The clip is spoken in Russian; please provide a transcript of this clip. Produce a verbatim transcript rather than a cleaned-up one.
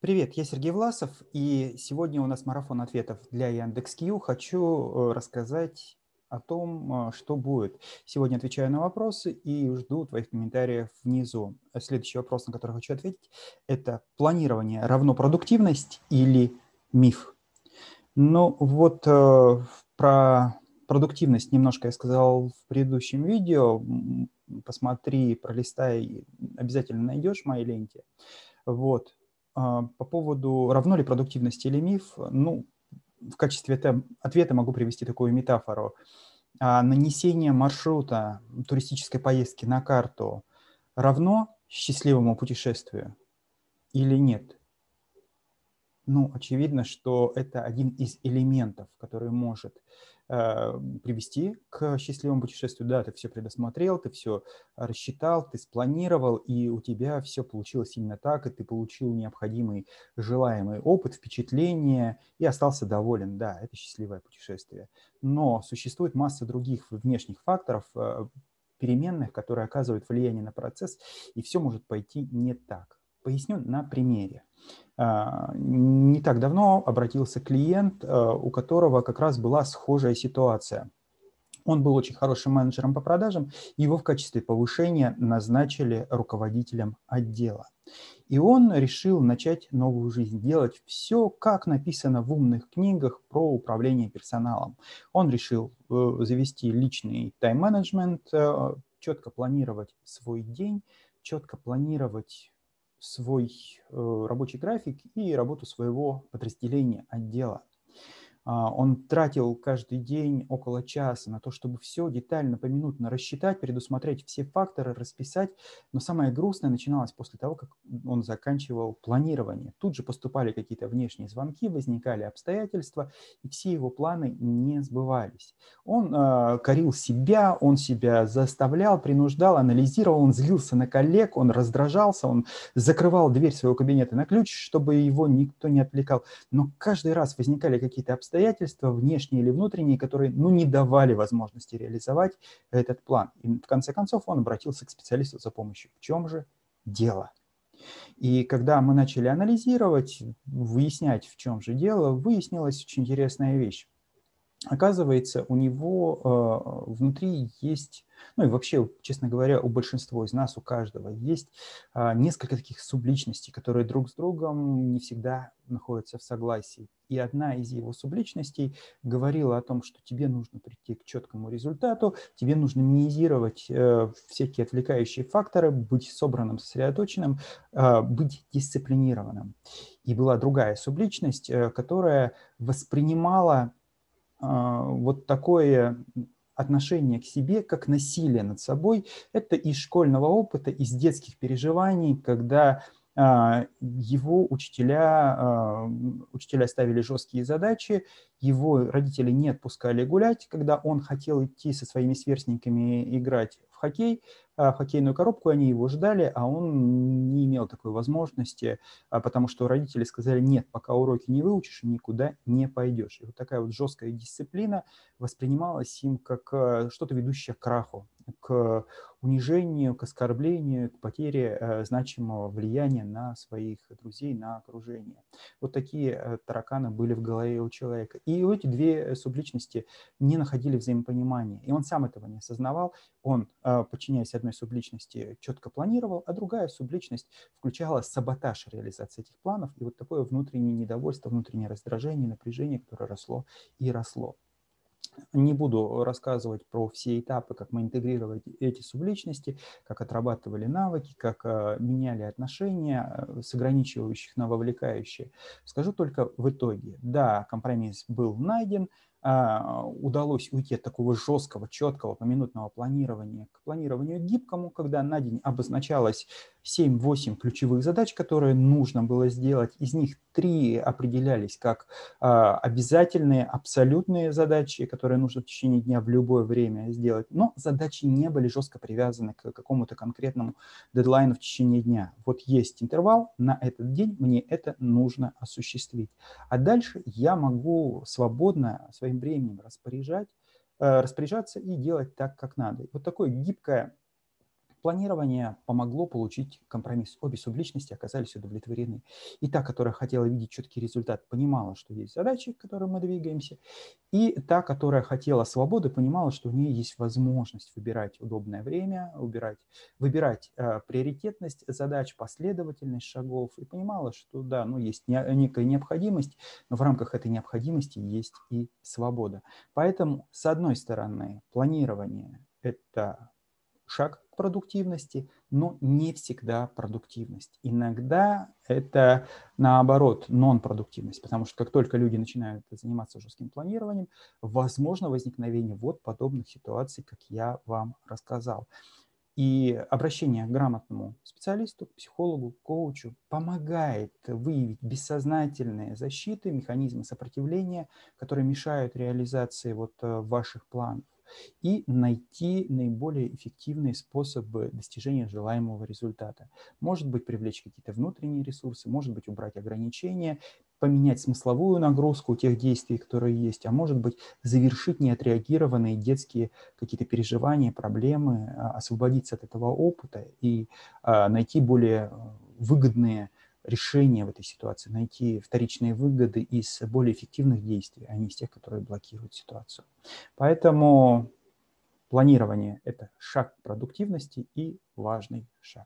Привет, я Сергей Власов, и сегодня у нас марафон ответов для Яндекс.Кью. Хочу э, рассказать о том, э, что будет. Сегодня отвечаю на вопросы и жду твоих комментариев внизу. А Следующий вопрос, на который хочу ответить, это планирование равно продуктивность или миф? Ну вот э, про продуктивность немножко я сказал в предыдущем видео. М, Посмотри, пролистай, обязательно найдешь в моей ленте. Вот. А, По поводу равно ли продуктивность или миф, ну, в качестве это- ответа могу привести такую метафору. А, Нанесение маршрута туристической поездки на карту равно счастливому путешествию или нет? Ну, очевидно, что это один из элементов, который может э, привести к счастливому путешествию. Да, ты все предусмотрел, ты все рассчитал, ты спланировал, и у тебя все получилось именно так, и ты получил необходимый желаемый опыт, впечатление и остался доволен. Да, это счастливое путешествие. Но существует масса других внешних факторов, э, переменных, которые оказывают влияние на процесс, и все может пойти не так. Поясню на примере. А, Не так давно обратился клиент, а, у которого как раз была схожая ситуация. Он был очень хорошим менеджером по продажам, и его в качестве повышения назначили руководителем отдела. И он решил начать новую жизнь, делать все, как написано в умных книгах про управление персоналом. Он решил э, завести личный тайм-менеджмент, э, четко планировать свой день, четко планировать свой э, рабочий график и работу своего подразделения, отдела. А, Он тратил каждый день около часа на то, чтобы все детально, поминутно рассчитать, предусмотреть все факторы, расписать. Но самое грустное начиналось после того, как он заканчивал планирование. Тут же поступали какие-то внешние звонки, возникали обстоятельства, и все его планы не сбывались. Он э, корил себя, он себя заставлял, принуждал, анализировал, он злился на коллег, он раздражался, он закрывал дверь своего кабинета на ключ, чтобы его никто не отвлекал. Но каждый раз возникали какие-то обстоятельства, внешние или внутренние, которые ну, не давали возможности реализовать этот план. И в конце концов он обратился к специалисту за помощью. В чем же дело? И когда мы начали анализировать, выяснять, в чем же дело, выяснилась очень интересная вещь. Оказывается, у него э, внутри есть, ну и вообще, честно говоря, у большинства из нас, у каждого есть э, несколько таких субличностей, которые друг с другом не всегда находятся в согласии. И одна из его субличностей говорила о том, что тебе нужно прийти к четкому результату, тебе нужно минимизировать э, всякие отвлекающие факторы, быть собранным, сосредоточенным, э, быть дисциплинированным. И была другая субличность, э, которая воспринимала а, вот такое отношение к себе, как насилие над собой. Это из школьного опыта, из детских переживаний, когда а, его учителя, а, учителя ставили жесткие задачи, его родители не отпускали гулять, когда он хотел идти со своими сверстниками играть в хоккей, а, в хоккейную коробку, они его ждали, а он не имел такой возможности, а, потому что родители сказали, нет, пока уроки не выучишь, никуда не пойдешь. И вот такая вот жесткая дисциплина воспринималась им как э, что-то ведущее к краху, к унижению, к оскорблению, к потере э, значимого влияния на своих друзей, на окружение. Вот такие э, тараканы были в голове у человека. И эти две субличности не находили взаимопонимания. И он сам этого не осознавал. Он, э, подчиняясь одной субличности, четко планировал, а другая субличность включала саботаж реализации этих планов и вот такое внутреннее недовольство, внутреннее раздражение, напряжение, которое росло и росло. Не буду рассказывать про все этапы, как мы интегрировали эти субличности, как отрабатывали навыки, как э, меняли отношения э, с ограничивающих на вовлекающие. Скажу только в итоге. Да, компромисс был найден, а, удалось уйти от такого жесткого, четкого, поминутного планирования к планированию гибкому, когда на день обозначалось семь-восемь ключевых задач, которые нужно было сделать. Из них три определялись как а, обязательные, абсолютные задачи, которые нужно в течение дня в любое время сделать, но задачи не были жестко привязаны к какому-то конкретному дедлайну в течение дня. Вот есть интервал, на этот день мне это нужно осуществить. А дальше я могу свободно своим временем распоряжать, э, распоряжаться и делать так, как надо. Вот такое гибкое планирование помогло получить компромисс. Обе субличности оказались удовлетворены. И та, которая хотела видеть четкий результат, понимала, что есть задачи, к которым мы двигаемся. И та, которая хотела свободы, понимала, что у нее есть возможность выбирать удобное время, выбирать, выбирать э, приоритетность задач, последовательность шагов. И понимала, что да, ну, есть не, некая необходимость, но в рамках этой необходимости есть и свобода. Поэтому, с одной стороны, планирование – это шаг к продуктивности, но не всегда продуктивность. Иногда это, наоборот, нон-продуктивность, потому что как только люди начинают заниматься жестким планированием, возможно возникновение вот подобных ситуаций, как я вам рассказал. И обращение к грамотному специалисту, к психологу, коучу помогает выявить бессознательные защиты, механизмы сопротивления, которые мешают реализации вот ваших планов, и найти наиболее эффективные способы достижения желаемого результата. Может быть, привлечь какие-то внутренние ресурсы, может быть, убрать ограничения, поменять смысловую нагрузку тех действий, которые есть, а может быть, завершить неотреагированные детские какие-то переживания, проблемы, освободиться от этого опыта и найти более выгодные решения в этой ситуации, найти вторичные выгоды из более эффективных действий, а не из тех, которые блокируют ситуацию. Поэтому планирование – это шаг к продуктивности и важный шаг.